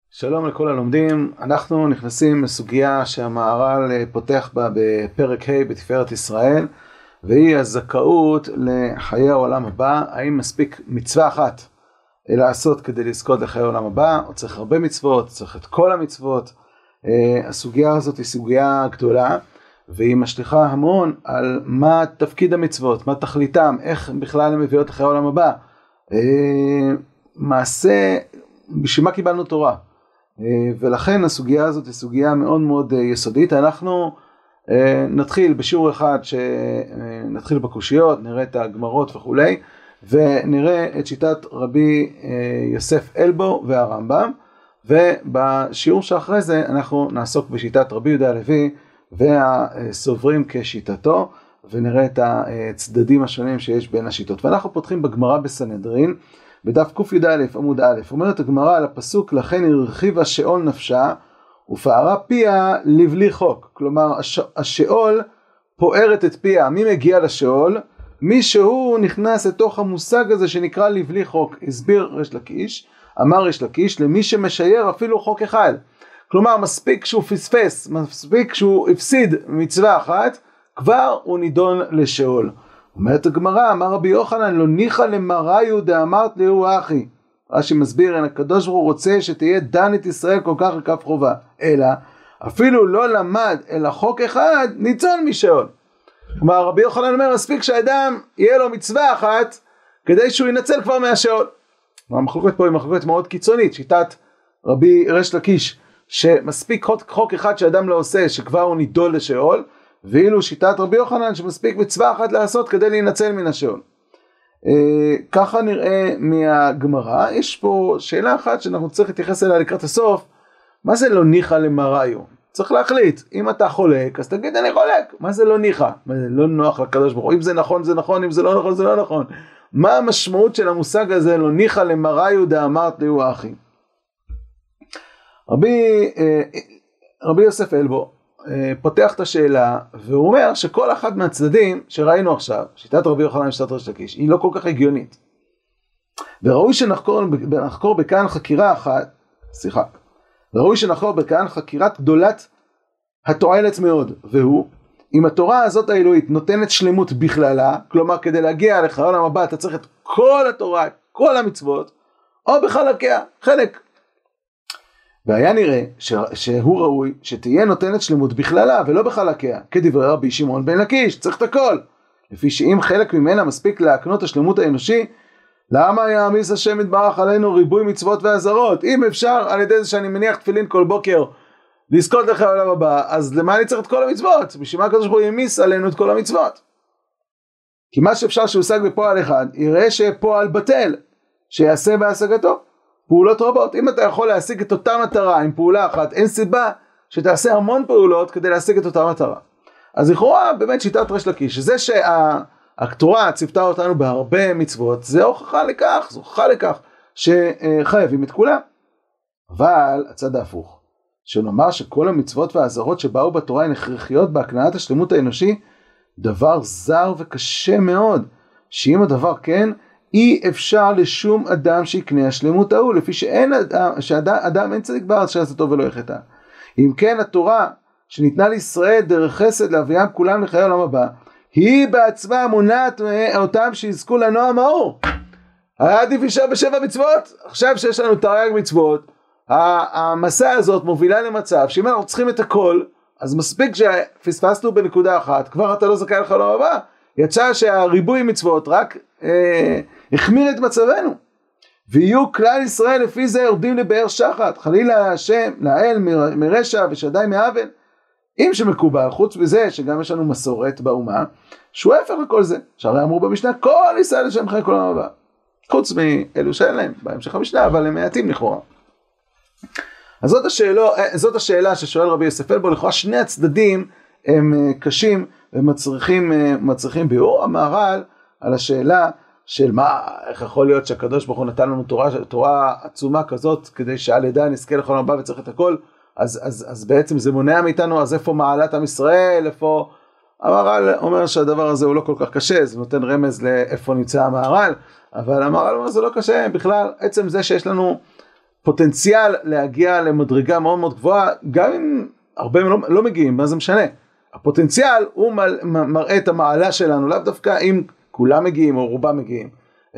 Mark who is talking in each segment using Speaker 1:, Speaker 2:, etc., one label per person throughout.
Speaker 1: שלום לכל הלומדים, אנחנו נכנסים לסוגיה שהמהר"ל פותח בה בפרק ה' בתפארת ישראל, והיא הזכאות לחיי העולם הבא. האם מספיק מצווה אחת לעשות כדי לזכות לחיי העולם הבא, או צריך הרבה מצוות, צריך את כל המצוות? הסוגיה הזאת היא סוגיה גדולה, והיא משליכה המון על מה תפקיד המצוות, מה תכליתם, איך בכלל הן מביאות לחיי העולם הבא. מעשה, בשביל מה קיבלנו תורה? ולכן הסוגיה הזאת היא סוגיה מאוד מאוד יסודית. אנחנו נתחיל בשיעור אחד שנתחיל בקושיות, נראה את הגמרות וכולי, ונראה את שיטת רבי יוסף אלבו והרמב"ם, ובשיעור שאחרי זה אנחנו נעסוק בשיטת רבי יהודה הלוי והסוברים כשיטתו, ונראה את הצדדים השונים שיש בין השיטות. ואנחנו פותחים בגמרא בסנהדרין, בדף ק"יא עמוד א', אומרת הגמרא על הפסוק, לכן הרחיבה שאול נפשה ופערה פיה לבלי חוק. כלומר, השאול פוערת את פיה. מי מגיע לשאול? מי שהוא נכנס לתוך המושג הזה שנקרא לבלי חוק. הסביר ריש לקיש, אמר ריש לקיש, למי שמשייר אפילו חוק אחד. כלומר, מספיק שהוא פספס, מספיק שהוא הפסיד מצווה אחת, כבר הוא נידון לשאול. אומרת הגמרא, אמר רבי יוחנן, לא ניחא למראיו דאמרת להו אחי. רש"י מסביר, אין הקדוש ברוך הוא רוצה שתהיה דן את ישראל כל כך לכף חובה. אלא, אפילו לא למד אלא חוק אחד, ניצול משאול. כלומר, רבי יוחנן אומר, מספיק שהאדם יהיה לו מצווה אחת, כדי שהוא ינצל כבר מהשאול. המחלוקת פה היא מחלוקת מאוד קיצונית, שיטת רבי ריש לקיש, שמספיק חוק אחד שאדם לא עושה, שכבר הוא נידון לשאול, ואילו שיטת רבי יוחנן שמספיק מצווה אחת לעשות כדי להינצל מן השאול. ככה נראה מהגמרא. יש פה שאלה אחת שאנחנו צריכים להתייחס אליה לקראת הסוף, מה זה לא ניחא למראיו? צריך להחליט, אם אתה חולק אז תגיד אני חולק, מה זה לא ניחא? מה זה לא נוח לקדוש ברוך הוא? אם זה נכון זה נכון, אם זה לא נכון זה לא נכון. מה המשמעות של המושג הזה לא ניחא למראיו דאמרת להו אחי? רבי יוסף אלבו פותח את השאלה, והוא אומר שכל אחד מהצדדים שראינו עכשיו, שיטת רבי יוחנן ושיטת ריש לקיש, היא לא כל כך הגיונית. וראוי שנחקור בכאן חקירה אחת, וראוי שנחקור בכאן חקירת גדולת התועלת מאוד, והוא, אם התורה הזאת האלוהית נותנת שלמות בכללה, כלומר כדי להגיע לחיי העולם הבא אתה צריך את כל התורה, כל המצוות, או בחלקיה, חלק. והיה נראה שהוא ראוי שתהיה נותנת שלמות בכללה ולא בחלקיה, כדברי רבי שמעון בן לקיש, צריך את הכל. לפי שאם חלק ממנה מספיק להקנות השלמות האנושי, למה יעמיס השם יתברך עלינו ריבוי מצוות ועזרות? אם אפשר על ידי זה שאני מניח תפילין כל בוקר לזכות לחיי העולם הבא, אז למה אני צריך את כל המצוות? בשביל מה הקדוש ברוך הוא יעמיס עלינו את כל המצוות? כי מה שאפשר שהושג בפועל אחד, יראה שפועל בטל, שיעשה בהשגתו. פעולות רבות. אם אתה יכול להשיג את אותה מטרה עם פעולה אחת, אין סיבה שתעשה המון פעולות כדי להשיג את אותה מטרה. אז לכאורה באמת שיטת ריש לקיש, שזה שהתורה ציוותה אותנו בהרבה מצוות, זה הוכחה לכך, זו הוכחה לכך שחייבים את כולם. אבל הצד ההפוך, שנאמר שכל המצוות והעזרות שבאו בתורה הן הכרחיות בהקניית השלמות האנושי, דבר זר וקשה מאוד, שאם הדבר כן, אי אפשר לשום אדם שיקנה השלמות ההוא, לפי שאדם אין צדיק בארץ שעשה טוב ולא יחטא. אם כן התורה שניתנה לישראל דרך חסד להביאם כולם לחיי העולם הבא, היא בעצמה מונעת אותם שיזכו לנועם האור. עדיף אישה בשבע מצוות. עכשיו שיש לנו תרי"ג מצוות, המסע הזאת מובילה למצב שאם אנחנו צריכים את הכל, אז מספיק שפספסנו בנקודה אחת, כבר אתה לא זכאי לחיי העולם הבא. יצא שהריבוי מצוות רק החמיר את מצבנו, ויהיו כלל ישראל לפי זה יורדים לבאר שחת, חלילה השם לאל מרשע ושדי מעוול. אם שמקובל, חוץ מזה שגם יש לנו מסורת באומה, שהוא הפך לכל זה, שהרי אמרו במשנה כל ישראל לשם חי כל העולם הבא, חוץ מאלו שאין להם בהמשך המשנה, אבל הם מעטים לכאורה. אז זאת השאלה ששואל רבי יוסף אלבו. לכאורה שני הצדדים הם קשים ומצריכים ביאור. המהר"ל על השאלה של איך יכול להיות שהקדוש ברוך הוא נתן לנו תורה עצומה כזאת, כדי שעל ידה נזכה לכל הבא וצריך את הכל, אז בעצם זה מונע מאיתנו, אז איפה מעלת עם ישראל, איפה... המהר"ל אומר שהדבר הזה הוא לא כל כך קשה, זה נותן רמז לאיפה נמצא המהר"ל, אבל המהר"ל אומר זה לא קשה בכלל, עצם זה שיש לנו פוטנציאל להגיע למדרגה מאוד מאוד גבוהה, גם אם הרבה לא מגיעים, מה זה משנה? הפוטנציאל הוא מראה את המעלה שלנו, לאו דווקא אם כולם מגיעים או רובם מגיעים.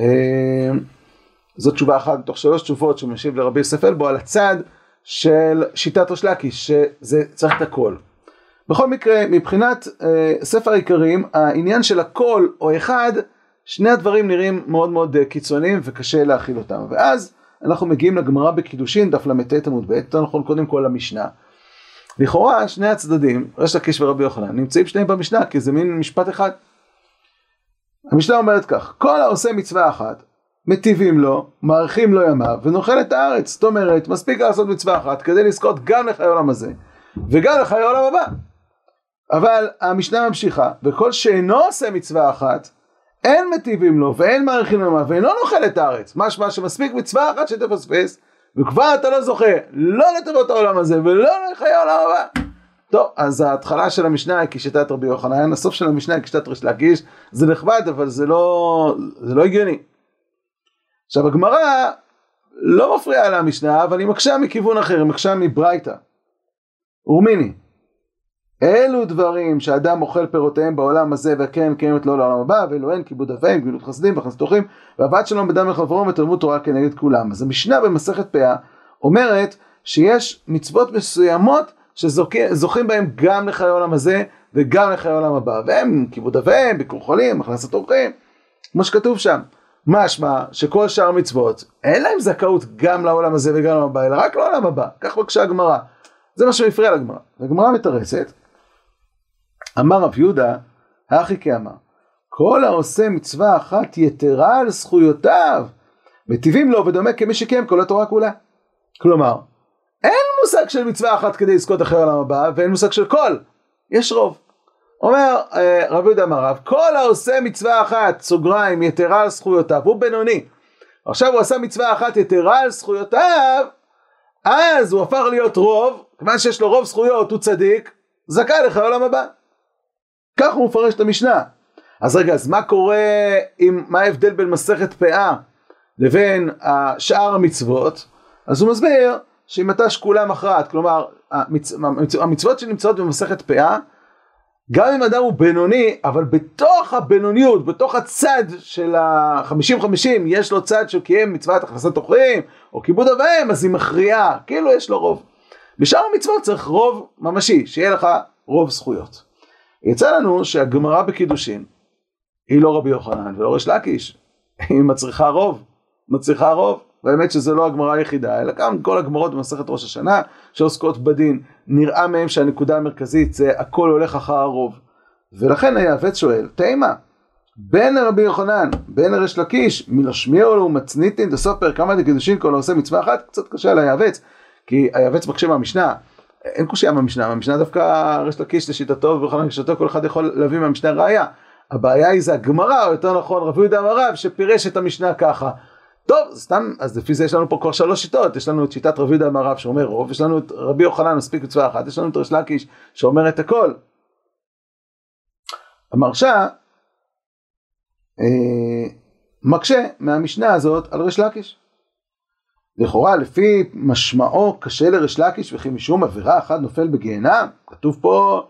Speaker 1: זאת תשובה אחת מתוך 3 תשובות שמשיב לרבי יוסף אלבו על הצד של שיטת ריש לקיש, שזה צריך את הכל. בכל מקרה, מבחינת ספר העיקרים, העניין של הכל או אחד, שני הדברים נראים מאוד מאוד קיצוניים וקשה להכיל אותם. ואז אנחנו מגיעים לגמרא בקידושין, דף ל"ט עמוד ב', יותר נכון קודם כל למשנה. לכאורה שני הצדדים, ריש לקיש ורבי יוחנן, נמצאים שניהם במשנה, כי זה מין משפט אחד. המשנה אומרת כך, כל העושה מצווה אחת, מטיבים לו, מאריכים לו ימיו, ונאכל את הארץ. זאת אומרת, מספיק לעשות מצווה אחת, כדי לזכות גם לחיי העולם הזה, וגם לחיי העולם הבא. אבל המשנה ממשיכה, וכל שאינו עושה מצווה אחת, אין מטיבים לו, ואין מאריכים לו ימיו, ואינו נאכל את הארץ. משמע שמספיק מצווה אחת שתפספס, וכבר אתה לא זוכה, לא לטובות העולם הזה, ולא לחיי העולם הבא. טוב, אז ההתחלה של המשנה היא כשיטת רבי יוחנן, הסוף של המשנה היא כשיטת ריש לקיש, זה נחמד, אבל זה לא הגיוני. עכשיו, הגמרא לא מפריעה לה המשנה, אבל היא מקשה מכיוון אחר, היא מקשה מברייתא. ורמיני, אלו דברים שאדם אוכל פירותיהם בעולם הזה, וכן קיימת לו לעולם הבא, ואלו אין כיבוד אב ואם, גמילות חסדים וחסד תוכים, והבאת שלום בדם וחברו ותלמוד תורה כנגד כולם. אז המשנה במסכת פאה אומרת שיש מצוות מסוימות שזוכים בהם גם לחיי העולם הזה וגם לחיי העולם הבא, והם כיבוד אב ואם, ביקור חולים, הכנסת אורחים, כמו שכתוב שם. משמע שכל שאר מצוות אין להם זכאות גם לעולם הזה וגם לעולם הבא, אלא רק לעולם הבא. כך בקשה הגמרא. זה מה שמפריע לגמרא. הגמרא מתרצת, אמר רב יהודה, הכי כאמר, כל העושה מצווה אחת יתרה על זכויותיו, מטיבים לו ודומה כמי שקיים כל התורה כולה. כלומר, אין מושג של מצווה אחת כדי לזכות אחרי העולם הבא, ואין מושג של כל. יש רוב. אומר רב יהודה אמר רב, כל העושה מצווה אחת, סוגריים, יתרה על זכויותיו, הוא בינוני. עכשיו הוא עשה מצווה אחת יתרה על זכויותיו, אז הוא הפך להיות רוב, כיוון שיש לו רוב זכויות, הוא צדיק, זכאי לחיי העולם הבא. כך הוא מפרש את המשנה. אז רגע, אז מה קורה, מה ההבדל בין מסכת פאה לבין שאר המצוות? אז הוא מסביר שאם אתה שקולה מכרעת, כלומר, המצוות שנמצאות במסכת פאה, גם אם אדם הוא בינוני, אבל בתוך הבינוניות, בתוך הצד של ה-50-50, יש לו צד שקיים מצוות הכנסת אורחים, או כיבוד אב ואם, אז היא מכריעה, כאילו יש לו רוב. בשאר המצוות צריך רוב ממשי, שיהיה לך רוב זכויות. יצא לנו שהגמרא בקידושין, היא לא רבי יוחנן ולא ריש לקיש, היא מצריכה רוב, והאמת שזה לא הגמרא היחידה, אלא גם כל הגמרות במסכת ראש השנה, שעוסקות בדין, נראה מהם שהנקודה המרכזית זה הכל הולך אחר הרוב. ולכן היעבץ שואל, תימה, בין רבי יוחנן, בין ריש לקיש, מלשמיעו לו מצניתין, דסופר כמה דקידושין כל העושה מצווה אחת, קצת קשה ליעבץ, כי היעבץ מקשה מהמשנה, אין קושיה מהמשנה דווקא ריש לקיש לשיטתו ובכלל לשיטתו, כל אחד יכול להביא מהמשנה ראיה. הבעיה היא זה הגמרא, או יותר נכון רבי יהודה אמר רב, שפירש את המשנה ככה. טוב, סתם, אז לפי זה יש לנו פה כבר 3 שיטות, יש לנו את שיטת רבי יהודה אמר רב שאומר רוב, יש לנו את רבי יוחנן מספיק מצווה אחת, יש לנו את ריש לקיש שאומר את הכל. המרשה מקשה מהמשנה הזאת על ריש לקיש. לכאורה לפי משמעו קשה לריש לקיש וכי משום עבירה אחת נופל בגיהנם, כתוב פה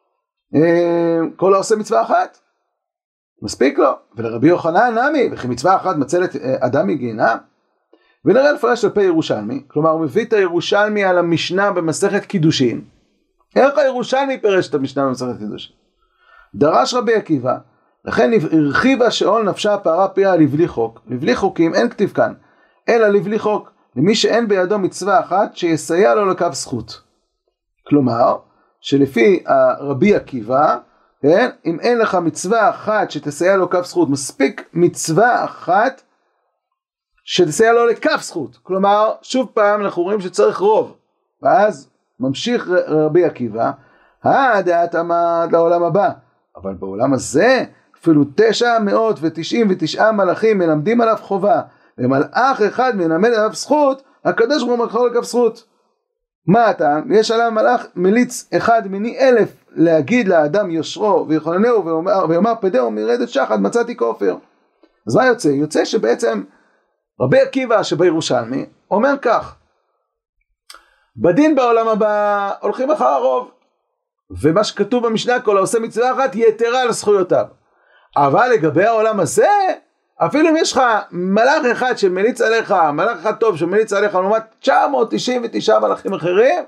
Speaker 1: כל העושה מצווה אחת. מספיק לו, ולרבי יוחנן נמי, וכי מצווה אחת מצלת אדם מגיהנם. ונראה לפרש לפי ירושלמי, כלומר הוא מביא את הירושלמי על המשנה במסכת קידושין. איך הירושלמי פירש את המשנה במסכת קידושין? דרש רבי עקיבא, לכן הרחיבה שאול נפשה פערה פיה לבלי חוק. לבלי חוקים אין כתיב כאן, אלא לבלי חוק, למי שאין בידו מצווה אחת שיסייע לו לקו זכות. כלומר, שלפי רבי עקיבא, כן? אם אין לך מצווה אחת שתסייע לו קו זכות, מספיק מצווה אחת שתסייע לו לקו זכות. כלומר, שוב פעם אנחנו רואים שצריך רוב. ואז ממשיך רבי עקיבא, דעת עמד לעולם הבא. אבל בעולם הזה, אפילו 999 מלאכים מלמדים עליו חובה, ומלאך אחד מלמד עליו זכות, הקדוש ברוך הוא מקרוא לקו זכות. מה אתה? יש עליו מלאך מליץ אחד מני 1000 להגיד לאדם יושרו ויכוננהו ויאמר פדהו מרדת שחד מצאתי כופר. אז מה יוצא? יוצא שבעצם רבי עקיבא שבירושלמי אומר כך, בדין בעולם הבא הולכים אחר הרוב. ומה שכתוב במשנה, כל העושה מצווה אחת יתרה על זכויותיו. אבל לגבי העולם הזה, אפילו אם יש לך מלאך אחד שמליץ עליך, מלאך אחד טוב שמליץ עליך, לעומת 999 מלאכים אחרים,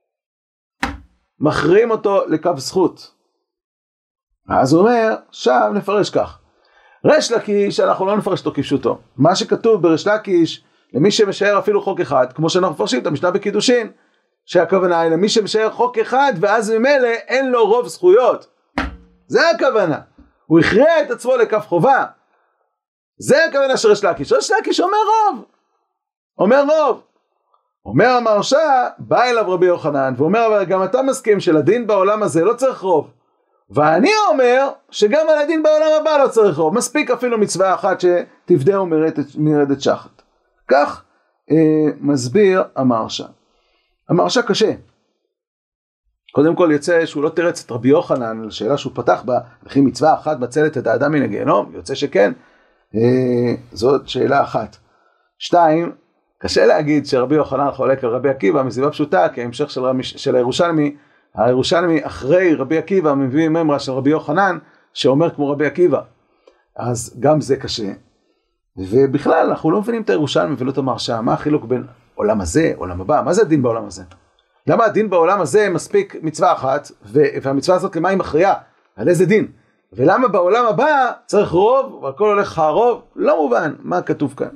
Speaker 1: מכריעים אותו לקו זכות. אז הוא אומר, שם נפרש כך. ריש לקיש, אנחנו לא נפרש אותו כפשוטו. מה שכתוב בריש לקיש, למי שמשער אפילו חוק אחד, כמו שאנחנו מפרשים את המשנה בקידושין, שהכוונה היא למי שמשער חוק אחד, ואז ממילא אין לו רוב זכויות. זה הכוונה. הוא הכריע את עצמו לכף חובה. זה הכוונה של ריש לקיש. ריש לקיש אומר רוב. אומר רוב. אומר המהרש"א, בא אליו רבי יוחנן, ואומר, אבל גם אתה מסכים שלדין בעולם הזה לא צריך רוב. ואני אומר שגם על הדין בעולם הבא לא צריך רוב. מספיק אפילו מצווה אחת שתפדה ומרדת שחת. כך מסביר המהרש"א. המהרש"א קשה. קודם כל יוצא שהוא לא תרץ את רבי יוחנן על שאלה שהוא פתח בה, וכי מצווה אחת מצלת את האדם מן הגיהנום, יוצא שכן. זאת שאלה אחת. 2, קשה להגיד שרבי יוחנן חולק על רבי עקיבא מסיבה פשוטה, כי ההמשך של הירושלמי אחרי רבי עקיבא מביא ממרה של רבי יוחנן שאומר כמו רבי עקיבא. אז גם זה קשה. ובכלל אנחנו לא מבינים את הירושלמי ולא את המהרש"א. מה החילוק בין עולם הזה, עולם הבא? מה זה הדין בעולם הזה? למה הדין בעולם הזה מספיק מצווה אחת, והמצווה הזאת למה היא מכריעה? על איזה דין? ולמה בעולם הבא צריך רוב, והכל הולך הרוב? לא מובן מה כתוב כאן.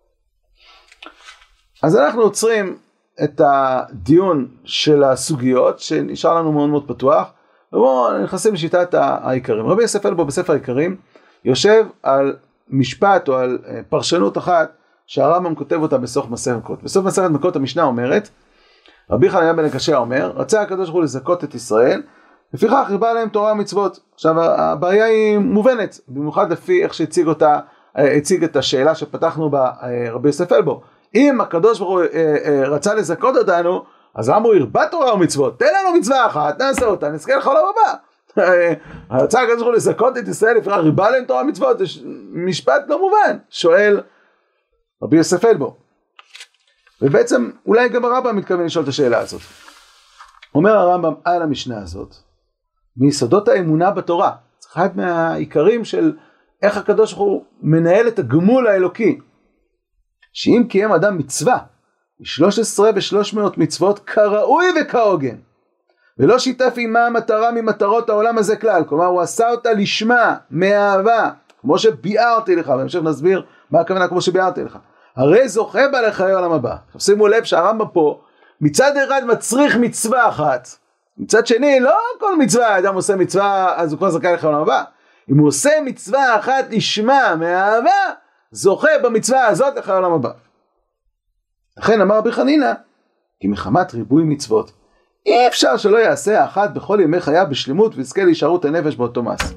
Speaker 1: אז אנחנו עוצרים את הדיון של הסוגיות, שנשאר לנו מאוד מאוד פתוח, ובואו נכנסים לשיטת העיקרים. רבי יוסף אלבו בספר העיקרים, יושב על משפט או על פרשנות אחת, שהרמב"ם כותב אותה בסוף מסכת מכות. בסוף מסכת מכות המשנה אומרת, רבי חנניה בן עקשיא אומר, רצה הקדוש ברוך הוא לזכות את ישראל, לפיכך ריבה להם תורה ומצוות. עכשיו הבעיה היא מובנת, במיוחד לפי איך שהציג אותה, הציג את השאלה שפתחנו בה רבי יוסף אלבו. אם הקדוש ברוך הוא רצה לזכות אותנו, אז למה הוא הרבה תורה ומצוות? תן לנו מצווה אחת, נעשה אותה, נזכה לך לעולם הבא. רצה הקדוש ברוך הוא לזכות את ישראל, לפיכך ריבה להם תורה ומצוות, זה משפט לא מובן, שואל רבי יוסף אלבו. ובעצם אולי גם הרמב"ם מתכוון לשאול את השאלה הזאת. אומר הרמב"ם על המשנה הזאת, מיסודות האמונה בתורה, זה אחד מהעיקרים של איך הקדוש ברוך הוא מנהל את הגמול האלוקי, שאם קיים אדם מצווה, 13 ו-300 מצוות כראוי וכהוגן, ולא שיתף עמה מטרה ממטרות העולם הזה כלל, כלומר הוא עשה אותה לשמה, מאהבה, כמו שביארתי לך, בהמשך נסביר מה הכוונה כמו שביארתי לך, הרי זוכה בה לחיי העולם הבא. עכשיו שימו לב שהרמב"ם פה, מצד אחד מצריך מצווה אחת, מצד שני לא כל מצווה, אדם עושה מצווה אז הוא כבר זכאי לחיי העולם הבא, אם הוא עושה מצווה אחת לשמה, מאהבה, זוכה במצווה הזאת לחיי העולם הבא. לכן אמר רבי חנינא, כי מחמת ריבוי מצוות, אי אפשר שלא יעשה אחת בכל ימי חייו בשלמות ויזכה להישארות הנפש באותו מס.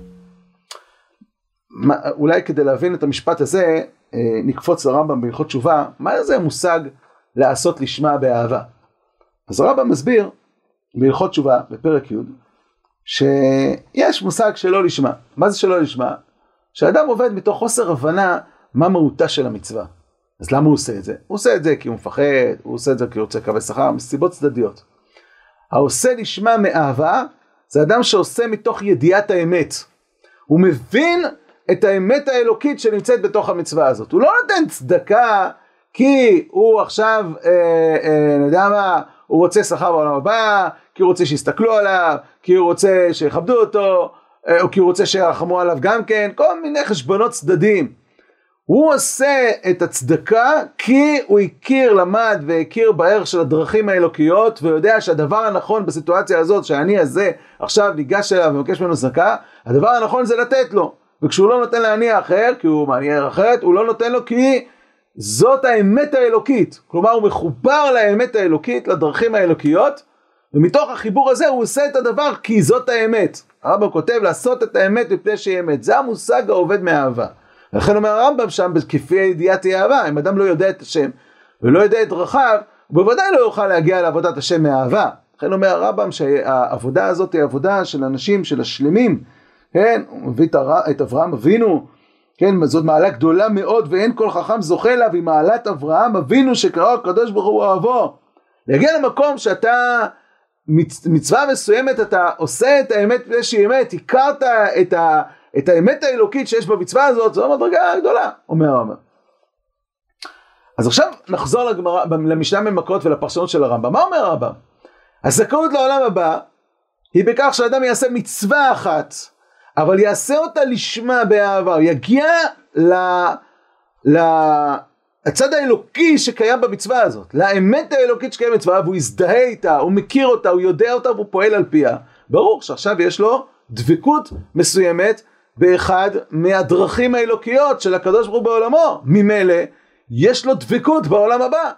Speaker 1: אולי כדי להבין את המשפט הזה, נקפוץ לרמב"ם בהלכות תשובה, מה זה המושג לעשות לשמה באהבה? אז הרמב"ם מסביר בהלכות תשובה בפרק י' שיש מושג שלא לשמה. מה זה שלא לשמה? שאדם עובד מתוך חוסר הבנה מה מהותה של המצווה. אז למה הוא עושה את זה? הוא עושה את זה כי הוא מפחד, הוא עושה את זה כי הוא רוצה לקבל שכר, מסיבות צדדיות. העושה לשמה מאהבה זה אדם שעושה מתוך ידיעת האמת. הוא מבין את האמת האלוקית שנמצאת בתוך המצווה הזאת. הוא לא נותן צדקה כי הוא עכשיו, אני יודע מה, הוא רוצה שכר בעולם הבא, כי הוא רוצה שיסתכלו עליו, כי הוא רוצה שיכבדו אותו, או כי הוא רוצה שירחמו עליו גם כן, כל מיני חשבונות צדדים. הוא עושה את הצדקה כי הוא הכיר, למד והכיר בערך של הדרכים האלוקיות, ויודע שהדבר הנכון בסיטואציה הזאת, שאני הזה עכשיו ניגש אליו ומבקש ממנו צדקה, הדבר הנכון זה לתת לו. וכשהוא לא נותן לעני אחר, כי הוא מעניין אחרת, הוא לא נותן לו כי זאת האמת האלוקית. כלומר הוא מחובר לאמת האלוקית, לדרכים האלוקיות, ומתוך החיבור הזה הוא עושה את הדבר כי זאת האמת. הרמב"ם כותב לעשות את האמת מפני שהיא אמת. זה המושג העובד מאהבה. לכן אומר הרמב"ם שם, כפי ידיעת אהבה, אם אדם לא יודע את השם ולא יודע את דרכיו, הוא בוודאי לא יוכל להגיע לעבודת השם מאהבה. לכן אומר הרמב"ם שהעבודה הזאת היא עבודה של אנשים, של השלמים, כן, הוא מביא את אברהם אבינו, כן, זאת מעלה גדולה מאוד, ואין כל חכם זוכה לה, והיא מעלת אברהם אבינו שקראו הקדוש ברוך הוא אוהבו. להגיע למקום שאתה מצווה מסוימת, אתה עושה את האמת באיזושהי אמת, הכרת את האמת האלוקית שיש במצווה הזאת, זו מדרגה גדולה, אומר הרמב"ם. אז עכשיו נחזור למשנה ממכות ולפרשנות של הרמב"ם. מה אומר הרמב"ם? הזכאות לעולם הבא היא בכך שאדם יעשה מצווה אחת, אבל יעשה אותה לשמה באהבה, הוא יגיע לצד האלוקי שקיים במצווה הזאת, לאמת האלוקית שקיים במצווה, והוא יזדהה איתה, הוא מכיר אותה, הוא יודע אותה, והוא פועל על פיה. ברור שעכשיו יש לו דבקות מסוימת באחד מהדרכים האלוקיות של הקדוש ברוך הוא בעולמו, ממילא יש לו דבקות בעולם הבא,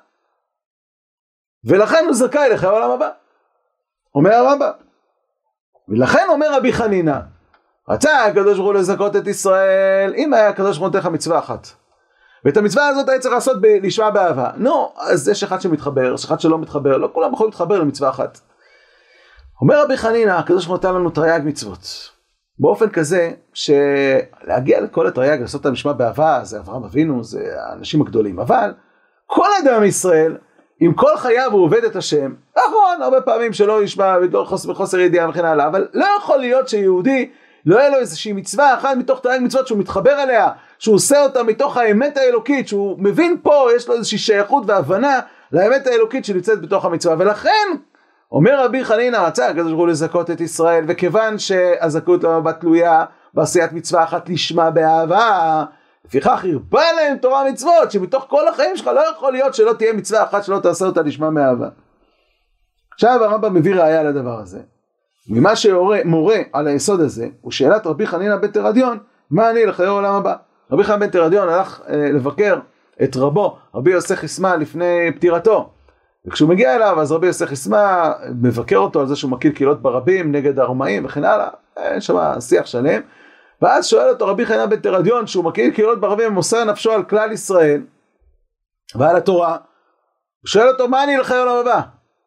Speaker 1: ולכן הוא זכאי לחיי העולם הבא, אומר הרמב"ם. ולכן אומר רבי חנינא, רצה הקדוש ברוך הוא לזכות את ישראל, אם היה הקדוש ברוך הוא נותן לך מצווה אחת, ואת המצווה הזאת היה צריך לעשות לשמה באהבה, נו, אז יש אחד שמתחבר, יש אחד שלא מתחבר, לא כולם יכולים להתחבר למצווה אחת. אומר רבי חנינא, הקדוש ברוך הוא נתן לנו תרי"ג מצוות, באופן כזה שלהגיע לכל התרי"ג, לעשות את לשמה באהבה, זה אברהם אבינו, זה האנשים הגדולים, אבל כל אדם ישראל, עם כל חייו הוא עובד את השם, נכון, הרבה פעמים שלא ישמע, בחוסר ידיעה וכן הלאה, אבל לא יכול להיות שיהודי לא יהיה לו איזושהי מצווה אחת מתוך תרי"ג מצוות שהוא מתחבר אליה, שהוא עושה אותה מתוך האמת האלוקית, שהוא מבין פה, יש לו איזושהי שייכות והבנה לאמת האלוקית שנמצאת בתוך המצווה. ולכן אומר רבי חנינא, רצה הקדוש ברוך הוא לזכות את ישראל, וכיוון שהזכאות לעולם הבא תלויה בעשיית מצווה אחת לשמה באהבה, לפיכך הרבה להם תורה ומצוות, שמתוך כל החיים שלך לא יכול להיות שלא תהיה מצווה אחת שלא תעשה אותה לשמה מאהבה. עכשיו הרמב"ם מביא ראיה לדבר הזה. ממה שמורה על היסוד הזה, הוא שאלת רבי חנינא בן תרדיון, מה אני לחיי העולם הבא? רבי חנינא בן תרדיון הלך לבקר את רבו, רבי יוסי חיסמא, לפני פטירתו. וכשהוא מגיע אליו, אז רבי יוסי חיסמא מבקר אותו על זה שהוא מקיל קהילות ברבים נגד הרומאים וכן הלאה, שם שיח שלם. ואז שואל אותו רבי חנינא בן תרדיון, שהוא מקיל קהילות ברבים ומוסר נפשו על כלל ישראל ועל התורה, הוא שואל אותו, מה אני לחיי העולם הבא?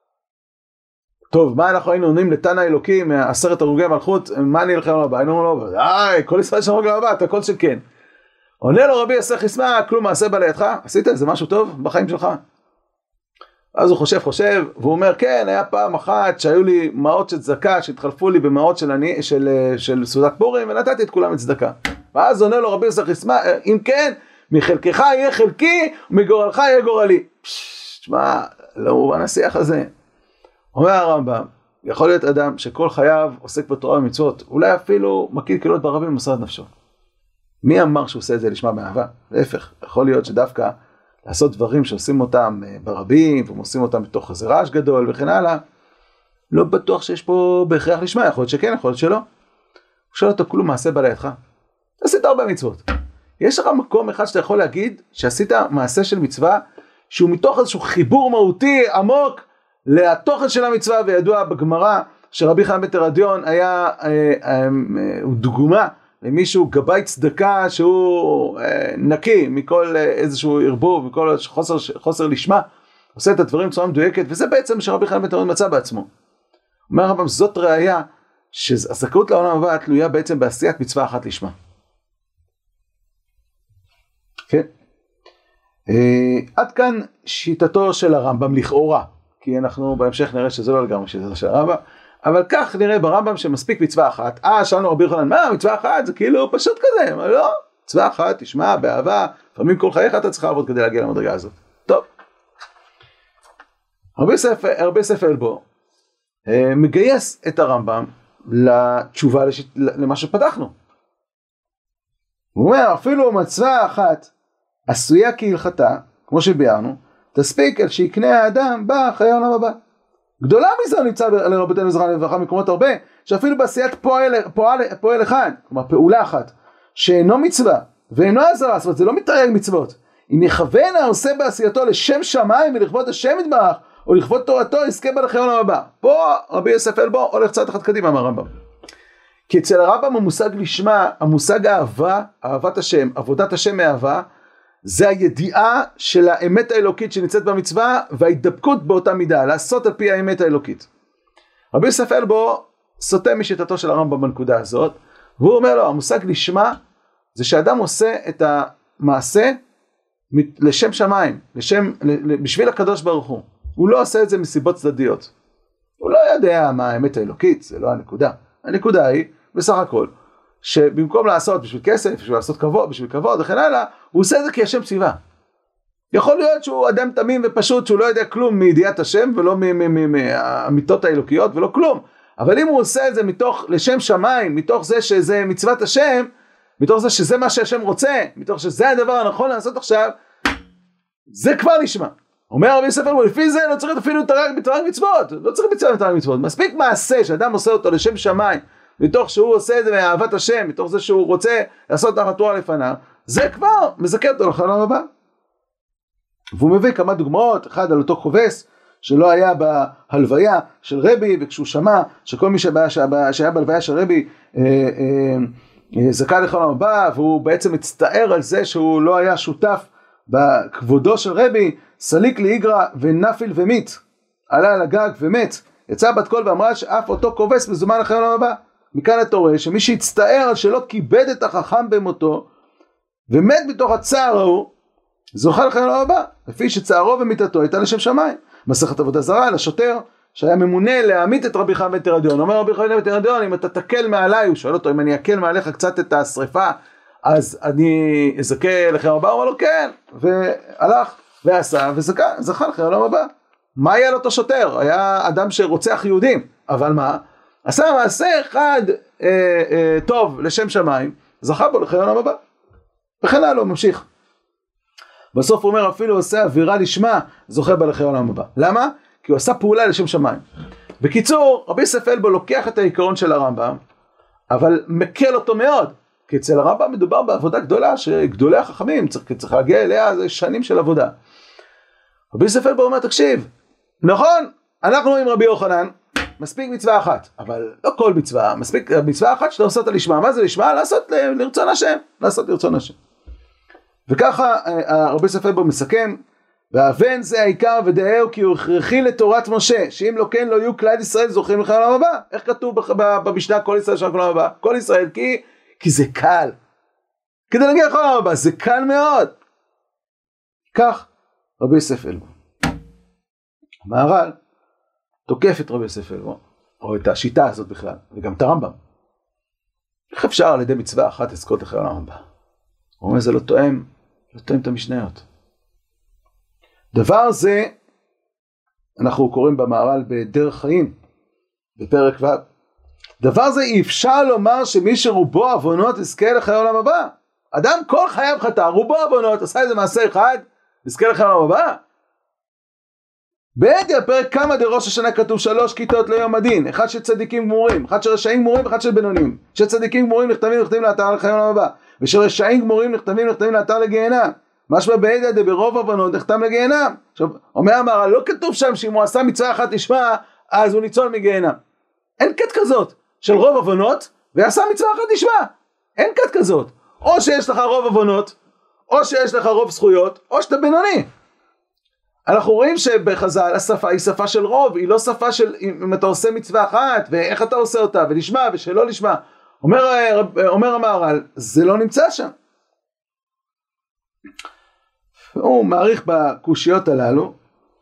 Speaker 1: טוב, מה אנחנו היינו עונים לתנא אלוקים, 10 הרוגי מלכות, מה אני לחיי העולם הבא? היינו אומרים לו, כל ישראל שם לעולם הבא, אתה כל שכן. עונה לו רבי יוסי חיסמא, כלום מעשה בא לידך? עשית איזה משהו טוב בחיים שלך? אז הוא חושב, והוא אומר, כן, היה פעם אחת שהיו לי מעות של צדקה, שהתחלפו לי במעות של סעודת פורים, ונתתי את כולם את צדקה. ואז עונה לו רבי יוסי חיסמא, אם כן, מחלקך יהיה חלקי, ומגורלך יהיה גורלי. תשמע, לא מובן השיח הזה. אומר הרמב"ם, יכול להיות אדם שכל חייו עוסק בתורה ומצוות, אולי אפילו מקיל קהילות ברבים ומוסר את נפשו. מי אמר שהוא עושה את זה לשמה באהבה? להפך, יכול להיות שדווקא לעשות דברים שעושים אותם ברבים, ועושים אותם בתוך איזה רעש גדול וכן הלאה, לא בטוח שיש פה בהכרח לשמה, יכול להיות שכן, יכול להיות שלא. הוא שואל אותו, כלום מעשה בא לידך? עשית הרבה מצוות. יש לך מקום אחד שאתה יכול להגיד שעשית מעשה של מצווה, שהוא מתוך איזשהו חיבור מהותי עמוק לתוכן של המצווה, וידוע בגמרא שרבי חנינא בן תרדיון היה דוגמה למישהו גבאי צדקה שהוא נקי מכל איזשהו ערבוב, מכל חוסר לשמה, עושה את הדברים בצורה מדויקת, וזה בעצם שרבי חנינא בן תרדיון מצא בעצמו. אומר הרמב"ם, זאת ראיה שהזכאות לעולם הבא תלויה בעצם בעשיית מצווה אחת לשמה. כן. עד כאן שיטתו של הרמב"ם לכאורה, כי אנחנו בהמשך נראה שזה לא לגמרי שיטתו של הרמב"ם, אבל כך נראה ברמב"ם שמספיק מצווה אחת. שאלנו רבי יוחנן, מה מצווה אחת? זה כאילו פשוט כזה, אבל לא, מצווה אחת, תשמע, באהבה, לפעמים כל חייך אתה צריך לעבוד כדי להגיע למדרגה הזאת. טוב. רבי יוסף אלבו מגייס את הרמב"ם לתשובה למה שפתחנו. הוא אומר, אפילו מצווה אחת עשויה כהלכתה, כמו שביארנו, תספיק על שיקנה האדם בחיי העולם הבא. גדולה מזה נמצא לרבותינו זכרם לברכה מקומות הרבה, שאפילו בעשיית פועל אחד, כלומר פעולה אחת, שאינו מצווה ואינו עזרה, זאת אומרת זה לא מתרי"ג מצוות, אם יכוון העושה בעשייתו לשם שמיים ולכבוד השם יתברך, או לכבוד תורתו, יזכה בה לחיי העולם הבא. פה רבי יוסף אלבו הולך צעד אחד קדימה מהרמב"ם. כי אצל הרמב"ם המושג לשמה, המושג אהבה, אהבת השם, עבודת השם מאהבה, זה הידיעה של האמת האלוקית שנמצאת במצווה, וההידבקות באותה מידה, לעשות על פי האמת האלוקית. רבי יוסף אלבו סוטה משיטתו של הרמב"ם בנקודה הזאת, והוא אומר לו, המושג לשמה, זה שאדם עושה את המעשה לשם שמיים, בשביל הקדוש ברוך הוא. הוא לא עושה את זה מסיבות צדדיות. הוא לא יודע מה האמת האלוקית, זה לא הנקודה. הנקודה היא, בסך הכל, שבמקום לעשות בשביל כסף, בשביל לעשות כבוד, בשביל כבוד וכן הלאה, הוא עושה את זה כי השם ציווה. יכול להיות שהוא אדם תמים ופשוט, שהוא לא יודע כלום מידיעת השם, ולא מהאמיתות האלוקיות, ולא כלום. אבל אם הוא עושה את זה מתוך לשם שמיים, מתוך זה שזה מצוות השם, מתוך זה שזה מה שהשם רוצה, מתוך שזה הדבר הנכון לעשות עכשיו, זה כבר נשמע. אומר רבי יוסף אלבו, לפי זה לא צריך אפילו בתרי"ג מצוות, לא צריך מצוות בתרי"ג מצוות, מספיק מעשה שאדם עושה אותו לשם שמיים, מתוך שהוא עושה את זה מאהבת השם, מתוך זה שהוא רוצה לעשות תחת תורה לפניו, זה כבר מזכה אותו לחלום הבא. והוא מביא כמה דוגמאות, אחד על אותו חובס, שלא היה בהלוויה של רבי, וכשהוא שמע שכל מי שהיה בהלוויה של רבי זכה לחלום הבא, והוא בעצם מצטער על זה שהוא לא היה שותף בכבודו של רבי, סליק לאיגרא ונפיל ומת, עלה על הגג ומת, יצאה בת קול ואמרה שאף אותו כובס מזומן לחלום הבא. מכאן אתה רואה שמי שהצטער על שלא כיבד את החכם במותו, ומת בתוך הצער ההוא, זוכה לחלום הבא, לפי שצערו ומיתתו הייתה לשם שמיים. מסכת עבודה זרה לשוטר שהיה ממונה להעמיד את רבי חיים בן תרדיון. אומר רבי חיים בן תרדיון, אם אתה תקל מעליי, הוא שואל אותו, אם אני אקל מעליך קצת את השריפה, אז אני אזכה לחלום הבא? הוא אומר לו כן, והלך ועשה וזכה לחלום הבא. מה היה לאותו שוטר? היה אדם שרוצח יהודים, אבל מה? עשה מעשה אחד טוב לשם שמיים, זכה בו לחלום הבא. וכן הלאה, ממשיך. בסוף הוא אומר, אפילו עושה אווירה לשמה, זוכה בה לחלום הבא. למה? כי הוא עשה פעולה לשם שמיים. בקיצור, רבי יוסף אלבו לוקח את העיקרון של הרמב"ם, אבל מקל אותו מאוד. כי אצל הרמב"ם מדובר בעבודה גדולה, שגדולי החכמים צריך להגיע אליה, זה שנים של עבודה. רבי יוסף אלבו אומר, תקשיב, נכון, אנחנו עם רבי יוחנן, מספיק מצווה אחת, אבל לא כל מצווה, מספיק מצווה אחת שאתה עושה אותה לשמה. מה זה לשמה? לעשות לרצון השם, לעשות לרצון השם. וככה רבי יוסף אלבו מסכם, והבן זה העיקר ודאהו כי הוא הכרחי לתורת משה, שאם לא כן לא יהיו כלל ישראל זוכים לחלום הבא. איך כתוב במשנה כל ישראל זוכים לחלום הבא? כל ישראל, כי זה קל. כדי להגיע לחלום הבא, זה קל מאוד. כך רבי יוסף אלבו. המהר"ל תוקף את רבי יוסף אלבו, או את השיטה הזאת בכלל, וגם את הרמב"ם. איך אפשר על ידי מצווה אחת לזכות לחלום הבא? הוא אומר, זה לא תואם את המשניות. דבר זה, אנחנו קוראים במהר"ל בדרך חיים, בפרק ו'. דבר זה אי אפשר לומר שמי שרובו עוונות יזכה לחיי עולם הבא. אדם כל חייו חטא, רובו עוונות, עשה איזה מעשה אחד, יזכה לחיי עולם הבא. בעדי הפרק כמה דראש השנה כתוב 3 כיתות ליום הדין, אחד של צדיקים גמורים, אחד של רשעים גמורים, אחד של בינונים. של צדיקים גמורים נכתבים לאתר לחיי עולם הבא, ושל רשעים גמורים נכתבים לאתר לגיהנם. משמע בעדי דברוב עוונות נחתם לגיהנם. עכשיו, אומר המהר"ל, לא כתוב שם שאם הוא עשה מצווה אחת לשמה, אז הוא ניצול מגיהנם. אין כת כזאת של רוב עוונות ועשה מצווה אחת לשמה. אין כת כזאת. או שיש לך רוב עוונות, או שיש לך רוב זכויות, או שאתה בינוני. אנחנו רואים שבחז"ל השפה היא שפה של רוב, היא לא שפה של אם אתה עושה מצווה אחת ואיך אתה עושה אותה ולשמה ושלא לשמה. אומר המהר"ל, זה לא נמצא שם. הוא מעריך בקושיות הללו,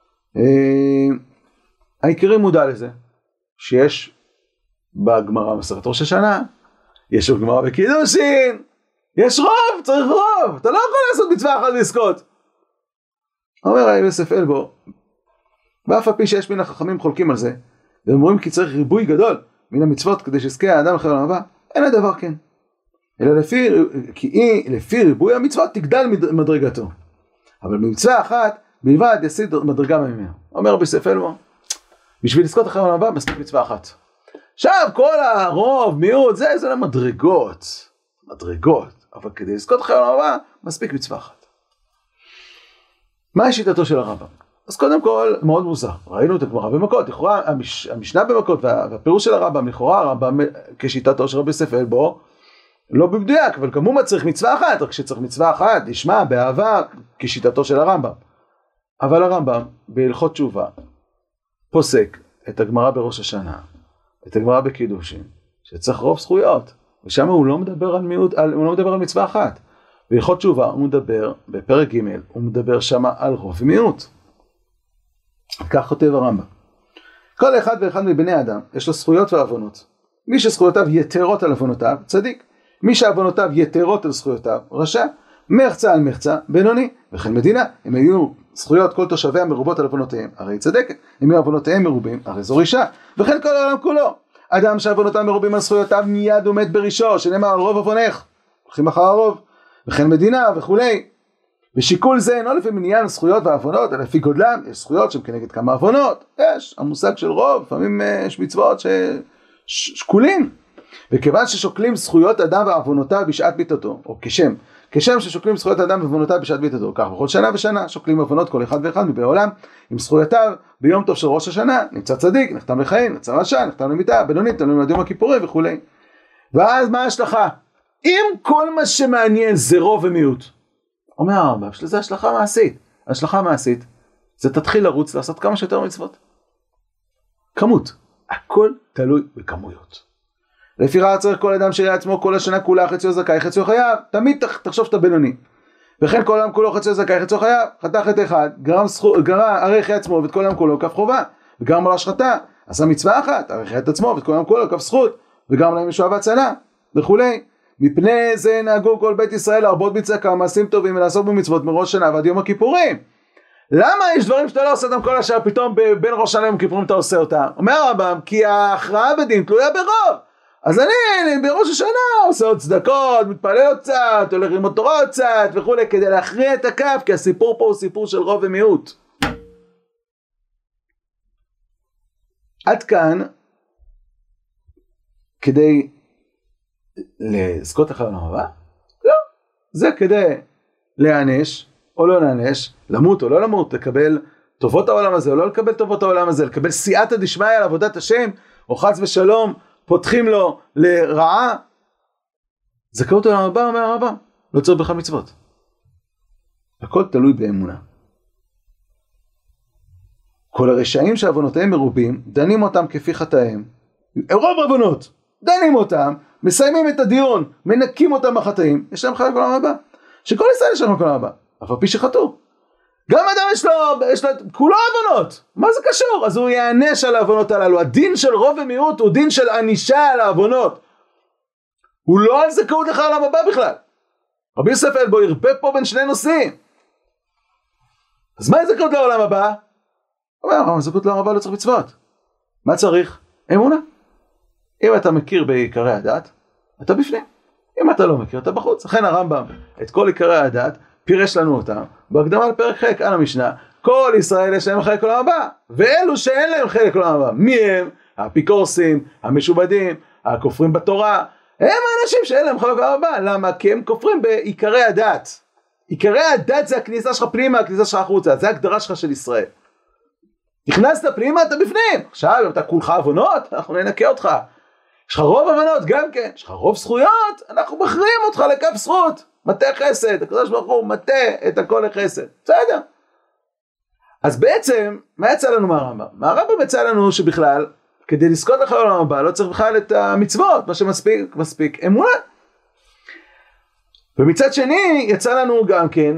Speaker 1: העיקרי מודע לזה, שיש בגמרא מסכת ראש השנה, יש בגמרא בקידושין, יש רוב, צריך רוב, אתה לא יכול לעשות מצווה אחת לזכות. אומר רבי יוסף אלבו, ואף על פי שיש מן החכמים חולקים על זה, והם אומרים כי צריך ריבוי גדול מן המצוות כדי שיזכה האדם לחלום הבא, אין הדבר כן. אלא לפי ריבוי המצוות תגדל מדרגתו. אבל במצווה אחת בלבד יסיד מדרגה ממנו. אומר רבי יוסף אלבו, בשביל לזכות לחלום הבא מספיק מצווה אחת. עכשיו כל הרוב, מיעוט, זה למדרגות. מדרגות. אבל כדי לזכות לחלום הבא מספיק מצווה אחת. מהי שיטתו של הרמב"ם? אז קודם כל, מאוד מוזר. ראינו את הגמרא במכות, לכאורה המשנה במכות והפירוש של הרמב"ם, לכאורה הרמב"ם כשיטתו של רבי יוסף אלבו, לא במדויק, אבל גם הוא מצריך מצווה אחת, רק שצריך מצווה אחת, לשמה, באהבה, כשיטתו של הרמב"ם. אבל הרמב"ם, בהלכות תשובה, פוסק את הגמרא בראש השנה, את הגמרא בקידושין, שצריך רוב זכויות, ושם הוא לא מדבר על מיעוט, הוא לא מדבר על מצווה אחת. בהלכות תשובה הוא מדבר, בפרק ג' הוא מדבר שם על רוב ומיעוט. כך כותב הרמב"ם. כל אחד ואחד מבני האדם יש לו זכויות ועוונות. מי שזכויותיו יתרות על עוונותיו, צדיק. מי שעוונותיו יתרות על זכויותיו, רשע. מחצה על מחצה, בינוני. וכן מדינה, אם היו זכויות כל תושביה מרובות על עוונותיהם, הרי צדקת. אם היו עוונותיהם מרובים, הרי זו רשעה. וכן כל העולם כולו. אדם שעוונותיו מרובים על זכויותיו מיד הוא מת בראשו, שנאמר על רוב עוונך, הולכים אחר הרוב. וכן מדינה וכולי. ושיקול זה אינו לפי מניין זכויות ועוונות, אלא לפי גודלם. יש זכויות שהן כנגד כמה עוונות. יש המושג של רוב, לפעמים יש מצוות ששקולים. וכיוון ששוקלים זכויות אדם ועוונותיו בשעת ביתתו, או כשם ששוקלים זכויות אדם ועוונותיו בשעת ביתתו, כך בכל שנה ושנה שוקלים עוונות כל אחד ואחד מבני העולם עם זכויותיו. ביום טוב של ראש השנה נמצא צדיק, נחתם לחיים, נמצא רשע, נחתם למיתה, בינונית, תלוי עד יום הכיפורים וכולי. ואז מה ההשלכה? אם כל מה שמעניין זה רוב ומיעוט, אומר הרמב"ם, יש לזה השלכה מעשית. השלכה המעשית זה תתחיל לרוץ לעשות כמה שיותר מצוות. כמות. הכל תלוי בכמויות. לפי רע צריך כל אדם שיראה עצמו כל השנה כולה חציו זכאי חציו חייב. תמיד תחשוב שאתה בינוני. וכן כל העם כולו חציו זכאי חציו חייב. חתך את אחד, גרע הרי חי עצמו ואת כל העם כולו כף חובה. וגרם על השחתה, עשה מצווה אחת, הרי חי את עצמו ואת כל העם כולו כף זכות. וגרם להם ישועה והצלה וכולי. מפני זה נהגו כל בית ישראל להרבות בצדקה מעשים טובים ולעסוק במצוות מראש שנה ועד יום הכיפורים. למה יש דברים שאתה לא עושה אותם כל השעה, פתאום בין ראש שנה ליום הכיפורים אתה עושה אותם? אומר הרמב"ם, כי ההכרעה בדין תלויה ברוב. אז אני בראש השנה עושה עוד צדקות, מתפלל עוד קצת, הולך ללמוד תורה עוד קצת וכולי, כדי להכריע את הכף, כי הסיפור פה הוא סיפור של רוב ומיעוט. עד כאן, כדי לזכות אחר העולם הבא? לא. זה כדי להיענש או לא להיענש, למות או לא למות, לקבל טובות העולם הזה או לא לקבל טובות העולם הזה, לקבל סייעתא דשמיא על עבודת השם, או חס ושלום פותחים לו לרעה. זכאות העולם הבא, אומר הרמב"ם, לא צריך בכלל מצוות. הכל תלוי באמונה. כל הרשעים שעוונותיהם מרובים, דנים אותם כפי חטאיהם. רוב עוונות, דנים אותם, מסיימים את הדיון, מנקים אותם בחטאים, יש להם חלק לעולם הבא. שכל ישראל יש להם חלק לעולם הבא, אף על פי שחטאו. גם אדם יש לו כולו עוונות. מה זה קשור? אז הוא יענש על העוונות הללו. הדין של רוב ומיעוט הוא דין של ענישה על העוונות. הוא לא על זכאות לך לעולם הבא בכלל. רבי יוסף אלבו ירפה פה בין שני נושאים. אז מה זכאות לעולם הבא? הוא אומר, זכאות לעולם הבא לא צריך מצוות. מה צריך? אמונה. אם אתה מכיר בעיקרי הדת, אתה בפנים. אם אתה לא מכיר, אתה בחוץ. לכן הרמב"ם, את כל עיקרי הדת, פירש לנו אותם, בהקדמה לפרק חלק על המשנה, כל ישראל יש להם חלק לעולם הבא, ואלו שאין להם חלק לעולם הבא, מי הם? האפיקורסים, המשובדים, הכופרים בתורה, הם האנשים שאין להם חלק לעולם הבא. למה? כי הם כופרים בעיקרי הדת. עיקרי הדת זה הכניסה שלך פנימה, הכניסה שלך החוצה, זה ההגדרה שלך של ישראל. נכנסת פנימה, אתה בפנים. עכשיו, אם אתה כולך עוונות, אנחנו ננקה אותך. יש לך רוב עוונות, גם כן. יש לך רוב זכויות, אנחנו מכריעים אותך לכף זכות. מטה חסד, הקדוש ברוך הוא מטה את הכל לחסד. בסדר. אז בעצם, מה יצא לנו מהרמב"ם? מהרמב"ם יצא לנו שבכלל, כדי לזכות לך לעולם הבא, לא צריך בכלל את המצוות, מה שמספיק אמונה. ומצד שני, יצא לנו גם כן,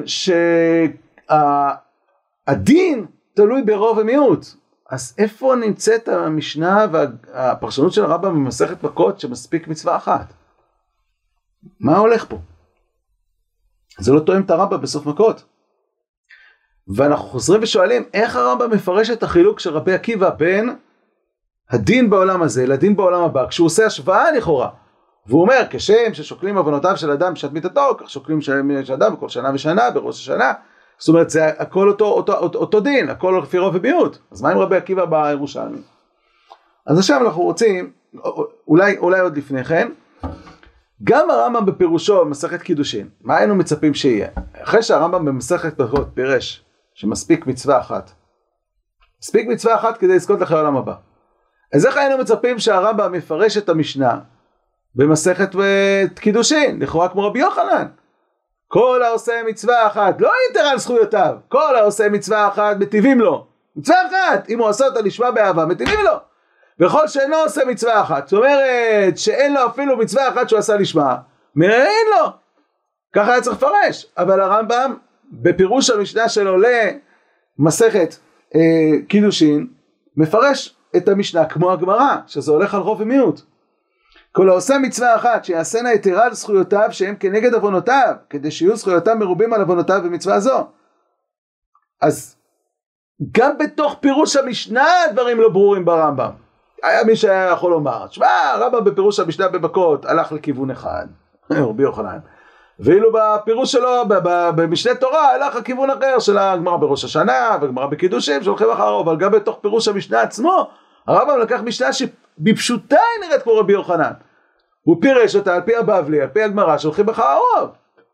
Speaker 1: שהדין תלוי ברוב ומיעוט. אז איפה נמצאת המשנה והפרשנות של הרמב"ם במסכת מכות שמספיק מצווה אחת? מה הולך פה? זה לא תואם את הרמב"ם בסוף מכות. ואנחנו חוזרים ושואלים, איך הרמב"ם מפרש את החילוק של רבי עקיבא בין הדין בעולם הזה לדין בעולם הבא, כשהוא עושה השוואה לכאורה. והוא אומר, כשם ששוקלים עוונותיו של אדם בשעת מיתתו, כך שוקלים של אדם בכל שנה ושנה, בראש השנה. זאת אומרת, זה הכל אותו דין, הכל לפי רוב ומיעוט. אז מה עם רבי עקיבא בירושלמי? אז עכשיו אנחנו רוצים, אולי עוד לפני כן, גם הרמב"ם בפירושו במסכת קידושין, מה היינו מצפים שיהיה? אחרי שהרמב"ם במסכת מכות פירש שמספיק מצווה אחת, מספיק מצווה אחת כדי לזכות לך לעולם הבא. אז איך היינו מצפים שהרמב"ם מפרש את המשנה במסכת קידושין, לכאורה כמו רבי יוחנן? כל העושה מצווה אחת, לא יתר על זכויותיו, כל העושה מצווה אחת מטיבים לו. מצווה אחת, אם הוא עושה אותה לשמה באהבה, מטיבים לו. וכל שאינו עושה מצווה אחת, זאת אומרת שאין לו אפילו מצווה אחת שהוא עשה לשמה, אין לו. ככה היה צריך לפרש. אבל הרמב"ם בפירוש המשנה שלו למסכת קידושין, מפרש את המשנה כמו הגמרא, שזה הולך על רוב ומיעוט. כל העושה מצווה אחת שיעשנה יתרה על זכויותיו שהם כנגד עוונותיו, כדי שיהיו זכויותיו מרובים על עוונותיו במצווה זו. אז גם בתוך פירוש המשנה הדברים לא ברורים ברמב"ם. היה מי שהיה יכול לומר, שמע, הרמב"ם בפירוש המשנה במכות הלך לכיוון אחד, רבי יוחנן, ואילו בפירוש שלו במשנה תורה הלך לכיוון אחר של הגמרא בראש השנה וגמרא בקידושים שהולכים אחריו, אבל גם בתוך פירוש המשנה עצמו הרמב"ם לקח משנה שבפשוטה היא נראית כמו רבי יוחנן, הוא פירש אותה על פי הבבלי, על פי הגמרא שהולכים אחריו.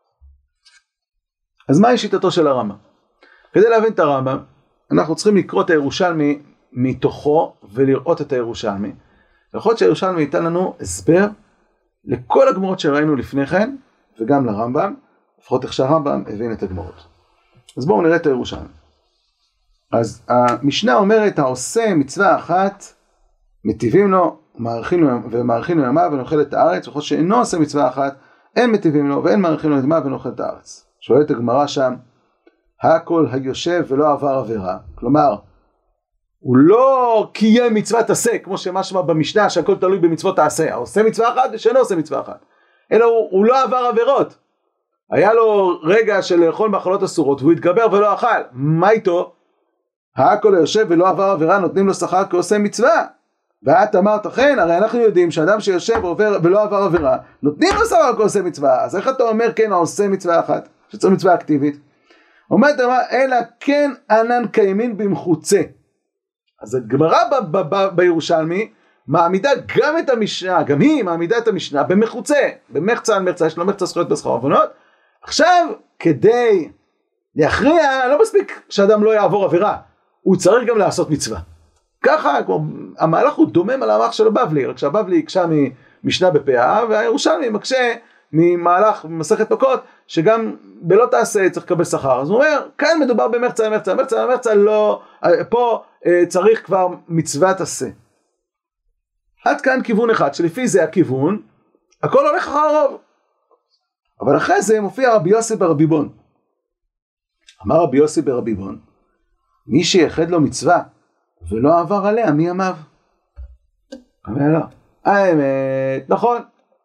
Speaker 1: אז מהי שיטתו של הרמב"ם? כדי להבין את הרמב"ם אנחנו צריכים לקרוא את הירושלמי מתוכו ולראות את הירושלמי. יכול להיות שהירושלמי ייתן לנו הסבר לכל הגמרות שראינו לפני כן וגם לרמב"ם, לפחות איך שהרמב"ם הבין את הגמרות. אז בואו נראה את הירושלמי. אז המשנה אומרת, העושה מצווה אחת מטיבים לו ומאריכים לו ימיו ונאכל את הארץ, וכל שאינו עושה מצווה אחת אין מטיבים לו ואין מאריכים לו ימיו ונאכל את הארץ. שואלת הגמרא שם, הכל היושב ולא עבר עבירה, כלומר הוא לא קיים מצוות עשה כמו שמשמע במשנה שהכל תלוי במצוות תעשה, העושה מצווה אחת ושאינו עושה מצווה אחת, אלא הוא לא עבר עבירות, היה לו רגע של לאכול מאכלות אסורות והוא התגבר ולא אכל, מה איתו? הכל היושב ולא עבר עבירה נותנים לו שכר כעושה מצווה. ואת אמרת כן, הרי אנחנו יודעים שאדם שיושב ולא עבר עבירה נותנים לו שכר כעושה מצווה, אז איך אתה אומר כן העושה מצווה אחת שצריך מצווה אקטיבית? אומרת אלא כן ענן קיימין במחוצה. אז הגמרא בירושלמי מעמידה גם את המשנה, גם היא מעמידה את המשנה במחוצה, במחצה על מחצה, יש לו מחצה זכויות בשכר עוונות. עכשיו כדי להכריע לא מספיק שאדם לא יעבור עבירה, הוא צריך גם לעשות מצווה. ככה המהלך הוא דומם על המהלך של הבבלי, רק שהבבלי יקשה ממשנה בפאה והירושלמי מקשה ממהלך במסכת מכות שגם בלא תעשה צריך לקבל שכר. אז הוא אומר כאן מדובר במחצה על מחצה, מחצה על מחצה לא, פה צריך כבר מצוות עשה. עד כאן כיוון אחד שלפי זה הכיוון הכל הולך אחר הרוב. אבל אחרי זה מופיע רבי יוסי ברביבון. אמר רבי יוסי ברביבון, מי שיחד לו מצווה ולא עבר עליה מי ימיו? אמר לא, האמת, נכון,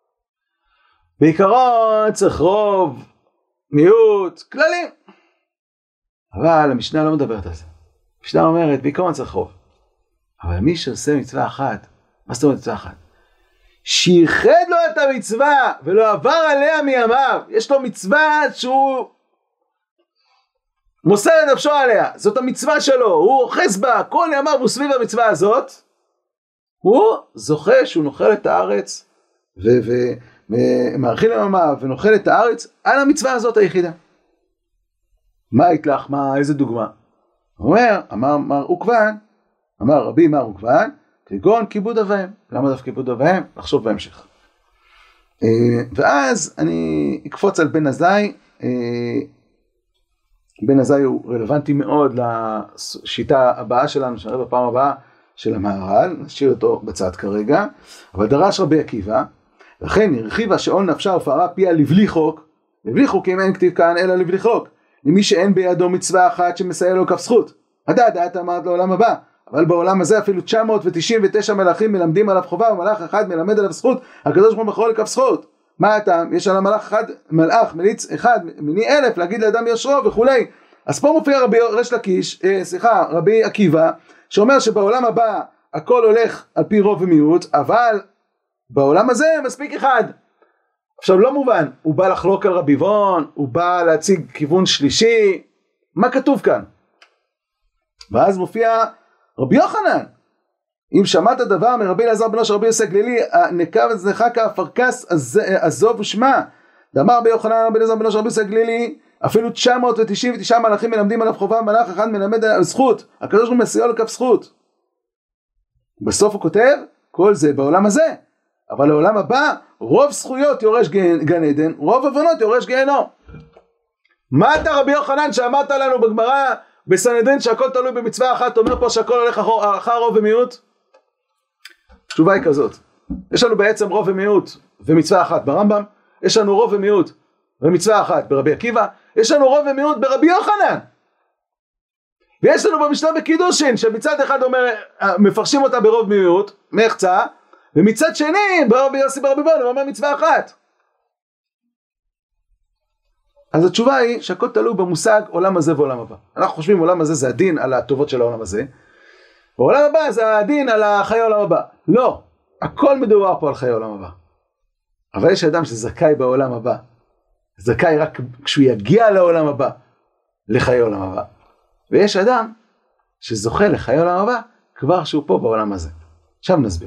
Speaker 1: בעיקרון צריך רוב, מיעוט, כללים, אבל המשנה לא מדברת על זה. המשנה אומרת בעיקרון צריך רוב, אבל מי שעושה מצווה אחת, מה זאת אומרת מצווה אחת? שיחד לו את המצווה ולא עבר עליה מימיו, יש לו מצווה שהוא מוסר את נפשו עליה, זאת המצווה שלו, הוא אוחז בה, כל ימיו הוא סביב המצווה הזאת, הוא זוכה שהוא נאכל את הארץ ומאריכים ימיו ונאכל את הארץ על המצווה הזאת היחידה. מה היתלך? איזה דוגמה? הוא אומר, אמר מר עוקבן, אמר רבי מר עוקבן, כגון כיבוד אביהם. למה דווקא כיבוד אביהם? לחשוב בהמשך. ואז אני אקפוץ על בן עזאי. בן עזאי הוא רלוונטי מאוד לשיטה הבאה שלנו, שנראה בפעם הבאה של המהר"ל, נשאיר אותו בצד כרגע. אבל דרש רבי עקיבא, לכן הרחיבה שעול נפשה ופערה פיה לבלי חוק, לבלי חוקים אין כתיב כאן אלא לבלי חוק, למי שאין בידו מצווה אחת שמסייע לו כף זכות. הדעת אמרת לעולם הבא, אבל בעולם הזה אפילו 999 מלאכים מלמדים עליו חובה, ומלאך אחד מלמד עליו זכות, הקדוש ברוך הוא בכל לכף זכות. מה הטעם? יש על מלאך מליץ אחד מיני 1000 להגיד לאדם יושרו וכולי. אז פה מופיע רבי עקיבא שאומר שבעולם הבא הכל הולך על פי רוב ומיעוט, אבל בעולם הזה מספיק אחד. עכשיו לא מובן, הוא בא לחלוק על רביבון, הוא בא להציג כיוון שלישי, מה כתוב כאן? ואז מופיע רבי יוחנן, אם שמעת דבר מרבי אלעזר בנו של רבי יוסי הגלילי, נקב אזנך כאפרכס עזוב ושמע. דאמר רבי יוחנן רבי אלעזר בנו של רבי יוסי הגלילי, אפילו 999 מלאכים מלמדים עליו חובה, מלאך אחד מלמד עליו זכות, הקדוש ברוך הוא מסיע לו כף זכות. בסוף הוא כותב, כל זה בעולם הזה, אבל לעולם הבא רוב זכויות יורש גן עדן, רוב עוונות יורש גיהנום. מה אתה רבי יוחנן שאמרת לנו בגמרא בסנהדרין שהכל תלוי במצווה אחת, אומר פה שהכל הולך אחר רוב ומיעוט? התשובה היא כזאת, יש לנו בעצם רוב ומיעוט ומצווה אחת ברמב"ם, יש לנו רוב ומיעוט ומצווה אחת ברבי עקיבא, יש לנו רוב ומיעוט ברבי יוחנן. ויש לנו במשנה בקידושין, שמצד אחד אומר, מפרשים אותה ברוב מיעוט, מחצה, ומצד שני, ברבי יוסי ברבי בון, הוא אומר מצווה אחת. אז התשובה היא שהכל תלוי במושג עולם הזה ועולם הבא. אנחנו חושבים עולם הזה זה הדין על הטובות של העולם הזה, ועולם הבא זה הדין על חיי העולם הבא. לא, הכל מדובר פה על חיי העולם הבא. אבל יש אדם שזכאי בעולם הבא, זכאי רק כשהוא יגיע לעולם הבא, לחיי העולם הבא. ויש אדם שזוכה לחיי העולם הבא כבר שהוא פה בעולם הזה. עכשיו נסביר.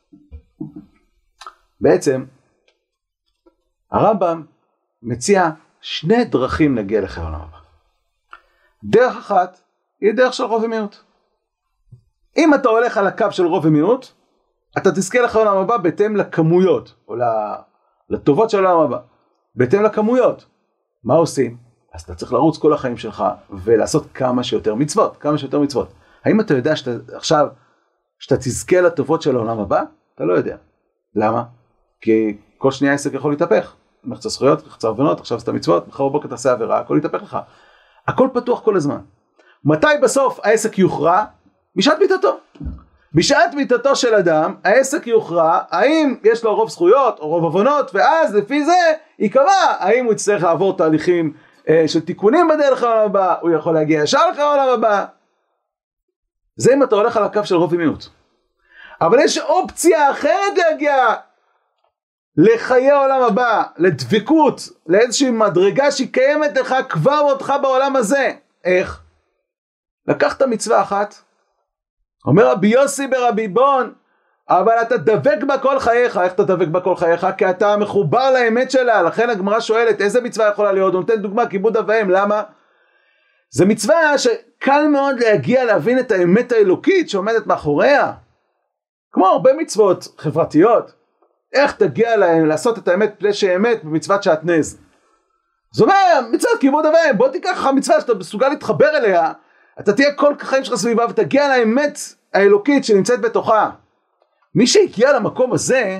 Speaker 1: בעצם הרמב"ם מציע שני דרכים להגיע לחיי העולם הבא. דרך אחת היא דרך של רוב ומיעוט. אם אתה הולך על הקו של רוב ומיעוט, אתה תזכה לחיי העולם הבא בהתאם לכמויות, או לטובות של העולם הבא, בהתאם לכמויות. מה עושים? אז אתה צריך לרוץ כל החיים שלך ולעשות כמה שיותר מצוות, כמה שיותר מצוות. האם אתה יודע עכשיו שאתה תזכה לטובות של העולם הבא? אתה לא יודע. למה? כי כל שנייה העסק יכול להתהפך. מחצה זכויות, מחצה עוונות, עכשיו עשת מצוות, מחר בבוקר תעשה עבירה, הכל יתהפך לך. הכל פתוח כל הזמן. מתי בסוף העסק יוכרע? בשעת מיתתו. בשעת מיתתו של אדם, העסק יוכרע, האם יש לו רוב זכויות או רוב עוונות, ואז לפי זה יקבע האם הוא יצטרך לעבור תהליכים של תיקונים בדרך העולם הבא, הוא יכול להגיע ישר לחיי העולם הבא. זה אם אתה הולך על הקו של רוב ומיעוט. אבל יש אופציה אחרת להגיע לחיי העולם הבא, לדבקות, לאיזושהי מדרגה שהיא קיימת לך כבר אותך בעולם הזה. איך? לקחת מצווה אחת, אומר רבי יוסי ברבי בון, אבל אתה דבק בה כל חייך. איך אתה דבק בה כל חייך? כי אתה מחובר לאמת שלה. לכן הגמרא שואלת איזה מצווה יכולה להיות? הוא נותן דוגמה, כיבוד אב ואם. למה? זה מצווה שקל מאוד להגיע להבין את האמת האלוקית שעומדת מאחוריה. כמו הרבה מצוות חברתיות. איך תגיע להם לעשות את האמת פני שאמת במצוות שעטנז? זאת אומרת, מצוות כיבוד אב ואם, בוא תיקח לך מצווה שאתה מסוגל להתחבר אליה, אתה תהיה כל החיים שלך סביבה ותגיע לאמת האלוקית שנמצאת בתוכה. מי שהגיע למקום הזה,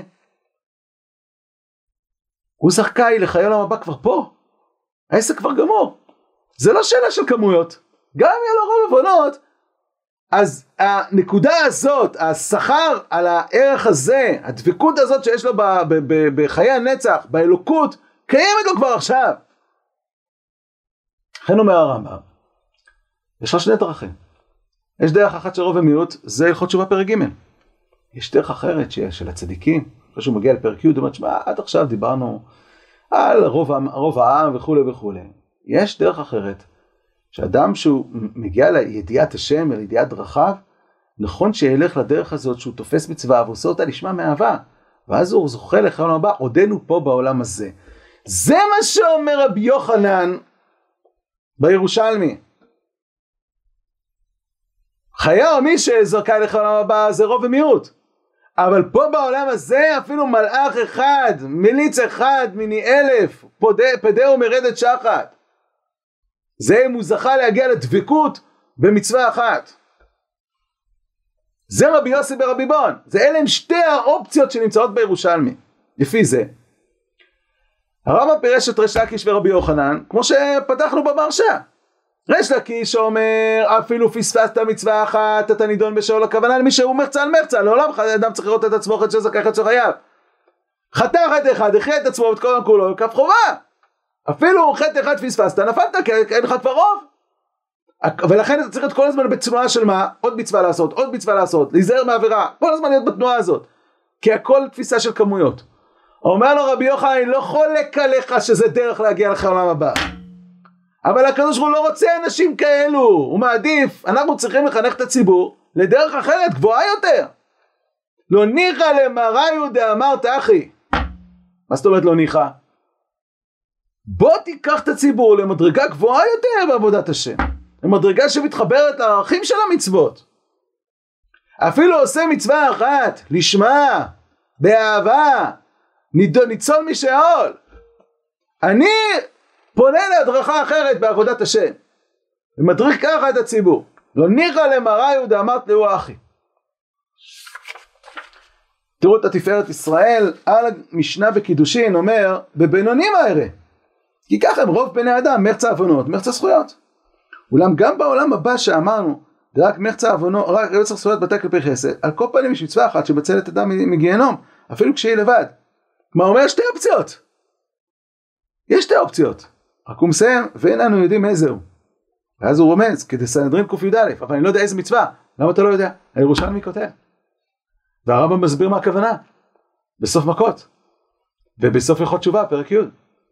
Speaker 1: הוא זכאי לחיי העולם הבא כבר פה. העסק כבר גמור. זה לא שאלה של כמויות. גם אם יהיה לו רוב עוונות, אז הנקודה הזאת, השכר על הערך הזה, הדבקות הזאת שיש לו בחיי הנצח, באלוקות, קיימת לו כבר עכשיו. לכן אומר הרמב"ם, יש לו שני דרכים. יש דרך אחת של רוב ומיעוט, זה הלכות תשובה פרק ג'. יש דרך אחרת של הצדיקים, אחרי שהוא מגיע לפרק י', הוא אומר, שמה, עד עכשיו דיברנו על רוב העם וכו' וכו'. יש דרך אחרת, שאדם שהוא מגיע לידיעת השם ולידיעת דרכיו, נכון שילך לדרך הזאת שהוא תופס מצווה ועושה אותה לשמה מאהבה, ואז הוא זוכה לחיי העולם הבא, עודנו פה בעולם הזה. זה מה שאומר רבי יוחנן בירושלמי. חיה מי שזכאי לחיי העולם הבא זה רוב ומיעוט. אבל פה בעולם הזה אפילו מלאך אחד, מליץ אחד מיני אלף, פדה ומרדת שחת. זה אם הוא זכה להגיע לדבקות במצווה אחת. זה רבי יוסי ברבי בון. אלה הם שתי האופציות שנמצאות בירושלמי. לפי זה הרמב"ם פירש את ריש לקיש ורבי יוחנן כמו שפתחנו במרשה. ריש לקיש אומר אפילו פספסת מצווה אחת אתה נידון בשאול, הכוונה למי שהוא מחצה על מחצה, לעולם אדם צריך לראות את עצמו חצי זכאי חצי חייב. חטא חטא אחד, החיה את עצמו ואת כל כולו כף חובה. אפילו חטא אחד פספסת, נפלת כי אין לך כבר רוב. ולכן אתה צריך את כל הזמן בתנועה של מה? עוד מצווה לעשות, עוד מצווה לעשות, להיזהר מעבירה, כל הזמן להיות בתנועה הזאת. כי הכל תפיסה של כמויות. אומר לו רבי יוחנן, אני לא חולק עליך שזה דרך להגיע לחיי העולם הבא. אבל הקדוש ברוך הוא לא רוצה אנשים כאלו, הוא מעדיף, אנחנו צריכים לחנך את הציבור לדרך אחרת, גבוהה יותר. לא ניחא למראיו דאמרת אחי. מה זאת אומרת לא ניחא? בוא תיקח את הציבור למדרגה גבוהה יותר בעבודת השם. למדרגה שמתחברת לערכים של המצוות. אפילו עושה מצווה אחת, לשמה, באהבה, ניצול משאול. אני פונה להדרכה אחרת בעבודת השם. ומדריך ככה את הציבור. לא ניחא למראיו דאמרת לו אחי. תראו את התפארת ישראל על המשנה בקידושין אומר בבינונים האלה. כי ככה הם רוב בני אדם, מחצה עוונות, מחצה זכויות. אולם גם בעולם הבא שאמרנו, רק מחצה עוונו, רק לא צריך סעודת בתי כלפי חסד, על כל פנים יש מצווה אחת שמצלת אדם מגיהנום, אפילו כשהיא לבד. כלומר, אומר שתי אופציות. יש שתי אופציות. רק הוא מסיים, ואין אנו יודעים איזה הוא. ואז הוא רומז, כדי סנהדרין ק"יא, אבל אני לא יודע איזה מצווה. למה אתה לא יודע? הירושלמי כותב. והרמב"ם מסביר מה הכוונה. בסוף מכות. ובסוף הלכות תשובה, פרק י'.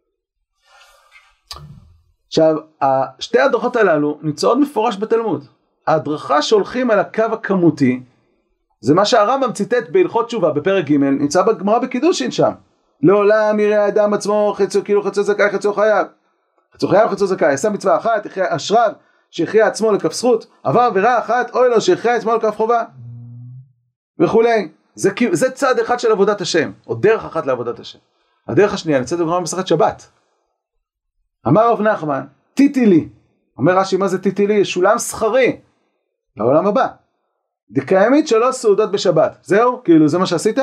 Speaker 1: עכשיו, שתי הדרכות הללו נמצאות מפורש בתלמוד. ההדרכה שהולכים על הקו הכמותי, זה מה שהרמב"ם ציטט בהלכות תשובה בפרק ג', נמצא בגמרא בקידושין שם. לעולם יראה האדם עצמו חצו כאילו חצו זכאי חצו חייב. חצו חייב חצו זכאי. עשה מצווה אחת, אשריו שהכריע עצמו לכף זכות, עבר עבירה אחת, אוי לו שהכריע עצמו לכף חובה. וכולי. זה צד אחד של עבודת השם, או דרך אחת לעבודת השם. הדרך השנייה נמצאת בגמרא במסכת שבת. אמר רב נחמן, תיתי לי. אומר רש"י, מה זה תיתי לי? שולם שכרי לעולם הבא. דקיימית 3 סעודות בשבת. זהו? כאילו זה מה שעשית?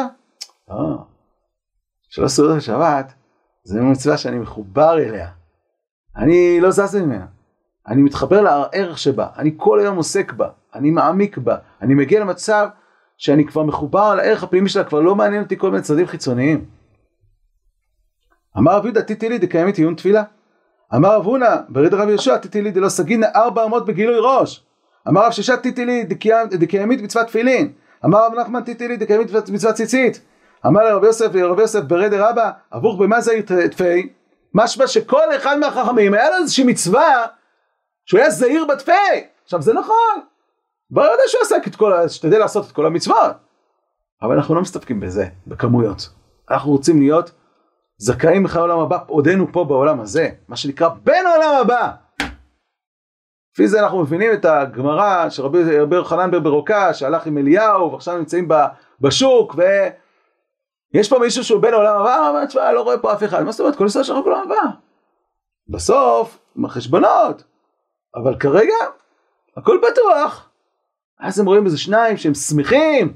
Speaker 1: 3 סעודות בשבת, זה מצווה שאני מחובר אליה. אני לא זז ממנה. אני מתחבר לערך שבה. אני כל היום עוסק בה. אני מעמיק בה. אני מגיע למצב שאני כבר מחובר על הערך הפנימי שלה, כבר לא מעניין אותי כל מיני צדדים חיצוניים. אמר רב יהודה, תיתי לי דקיימית עיון תפילה. אמר רב הונא, ברד רבי יהושע, תיתי לי דלא סגינא 400 בגילוי ראש. אמר רב ששת, תיתי לי דקיימית מצוות תפילין. אמר רב נחמן, תיתי לי דקיימית מצוות ציצית. אמר לרב יוסף ברד רבא, אבוך במה זעיר תפי, משמע שכל אחד מהחכמים היה לו איזושהי מצווה שהוא היה זעיר בתפי. עכשיו זה נכון, ברור יודע שהוא עשה את כל, שתדע לעשות את כל המצוות, אבל אנחנו לא מסתפקים בזה, בכמויות. אנחנו רוצים להיות זכאים בחיי העולם הבא, עודנו פה בעולם הזה, מה שנקרא בין העולם הבא. לפי זה אנחנו מבינים את הגמרא של רבי יוחנן בר ברוקה, שהלך עם אליהו, ועכשיו נמצאים בשוק, ויש פה מישהו שהוא בין העולם הבא, אומר, תשמע, לא רואה פה אף אחד. מה זאת אומרת? כל ישראל שלנו בעולם הבא. בסוף, עם החשבונות, אבל כרגע, הכל פתוח. אז הם רואים איזה שניים שהם שמחים.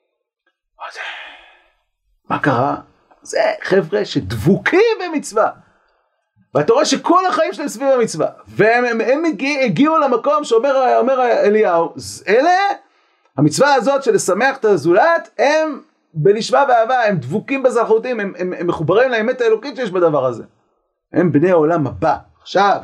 Speaker 1: מה קרה? זה חבר'ה שדבוקים במצווה. ואתה רואה שכל החיים שלהם סביב המצווה. והם הגיעו למקום שאומר אליהו, אלה, המצווה הזאת של לשמח את הזולת, הם בלשמה ואהבה, הם דבוקים בזכותים, הם מחוברים לאמת האלוקית שיש בדבר הזה. הם בני העולם הבא. עכשיו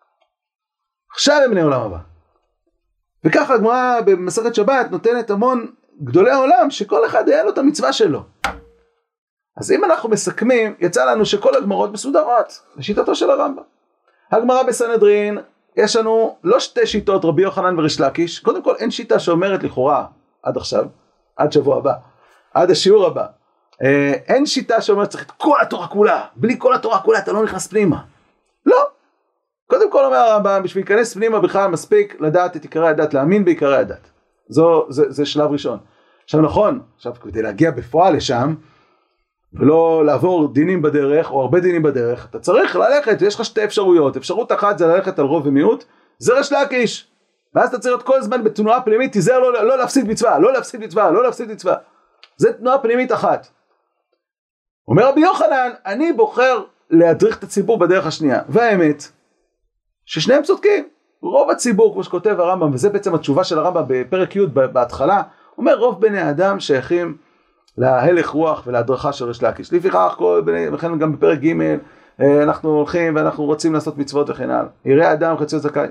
Speaker 1: הם בני העולם הבא. וככה הגמרא במסכת שבת נותנת המון גדולי העולם שכל אחד היה לו את המצווה שלו. אז אם אנחנו מסכמים, יצא לנו שכל הגמרות מסודרות לשיטתו של הרמב"ם. הגמרא בסנהדרין, יש לנו לא שתי שיטות, רבי יוחנן וריש לקיש. קודם כל אין שיטה שאומרת לכאורה עד עכשיו, עד שבוע הבא, עד השיעור הבא. אין שיטה שאומרת צריך את כל התורה כולה, בלי כל התורה כולה אתה לא נכנס פנימה. לא. קודם כל אומר הרמב"ם, בשביל להיכנס פנימה בכלל מספיק לדעת את עיקרי הדת, להאמין בעיקרי הדת. זה שלב ראשון. עכשיו נכון, עכשיו כדי להגיע בפועל לשם, ולא לעבור דינים בדרך, או הרבה דינים בדרך, אתה צריך ללכת, ויש לך שתי אפשרויות. אפשרות אחת זה ללכת על רוב ומיעוט, זה ריש לקיש. ואז אתה צריך להיות כל הזמן בתנועה פנימית, תיזהר לא להפסיד מצווה, לא להפסיד מצווה, לא להפסיד מצווה. זה תנועה פנימית אחת. אומר רבי יוחנן, אני בוחר להדריך את הציבור בדרך השנייה. והאמת, ששניהם צודקים. רוב הציבור, כמו שכותב הרמב"ם, וזה בעצם התשובה של הרמב"ם בפרק י' בהתחלה, אומר רוב בני האדם שייכים להלך רוח ולהדרכה של ריש לקיש. לפיכך, וכן גם בפרק ג' אנחנו הולכים ואנחנו רוצים לעשות מצוות וכן הלאה. יראה אדם חציו זכאי.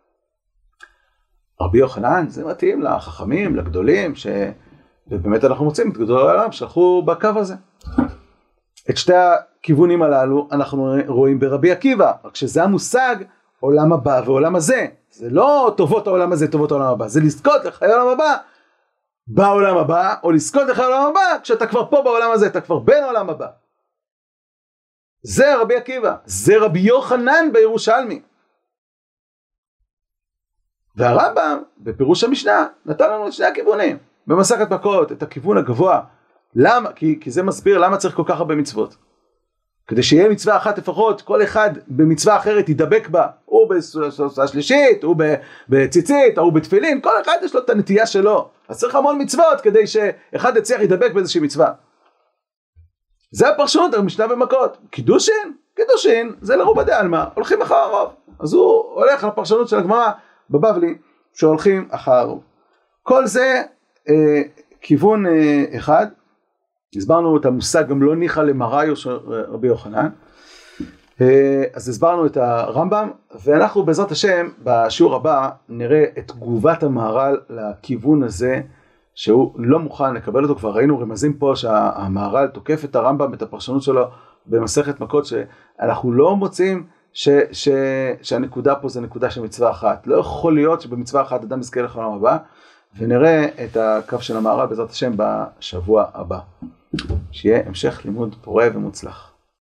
Speaker 1: רבי יוחנן, זה מתאים לחכמים, לגדולים, ובאמת אנחנו מוצאים את גדולי העולם שהלכו בקו הזה. את שתי הכיוונים הללו אנחנו רואים ברבי עקיבא, רק שזה המושג עולם הבא ועולם הזה. זה לא טובות העולם הזה, טובות העולם הבא, זה לזכות לחיי העולם הבא, בעולם הבא, או לזכות לחיי העולם הבא, כשאתה כבר פה בעולם הזה, אתה כבר בין העולם הבא. זה רבי עקיבא, זה רבי יוחנן בירושלמי. והרמב"ם, בפירוש המשנה, נתן לנו את שני הכיוונים. במסכת מכות, את הכיוון הגבוה. למה? כי זה מסביר למה צריך כל כך הרבה מצוות. כדי שיהיה מצווה אחת לפחות, כל אחד במצווה אחרת ידבק בה. הוא בסעודה שלישית, הוא בציצית, הוא בתפילין, כל אחד יש לו את הנטייה שלו. אז צריך המון מצוות כדי שאחד יצליח ידבק באיזושהי מצווה. זה הפרשנות, המשנה במכות. קידושין זה לרובה דעלמא, הולכים אחר הרוב. אז הוא הולך לפרשנות של הגמרא, בבבלי שהולכים אחר. כל זה כיוון אחד. הסברנו את המושג גם לא ניחא למראיו של רבי יוחנן. אז הסברנו את הרמב"ם, ואנחנו בעזרת השם בשיעור הבא נראה את תגובת המהר"ל לכיוון הזה, שהוא לא מוכן לקבל אותו. כבר ראינו רמזים פה שהמהר"ל תוקף את הרמב"ם, את הפרשנות שלו במסכת מכות, שאנחנו לא מוצאים שהנקודה פה זה נקודה של מצווה אחת. לא יכול להיות שבמצווה אחת אדם יזכה לעולם הבא, ונראה את הקו של המהר"ל בעזרת השם בשבוע הבא. שיהיה המשך לימוד פורה ומוצלח.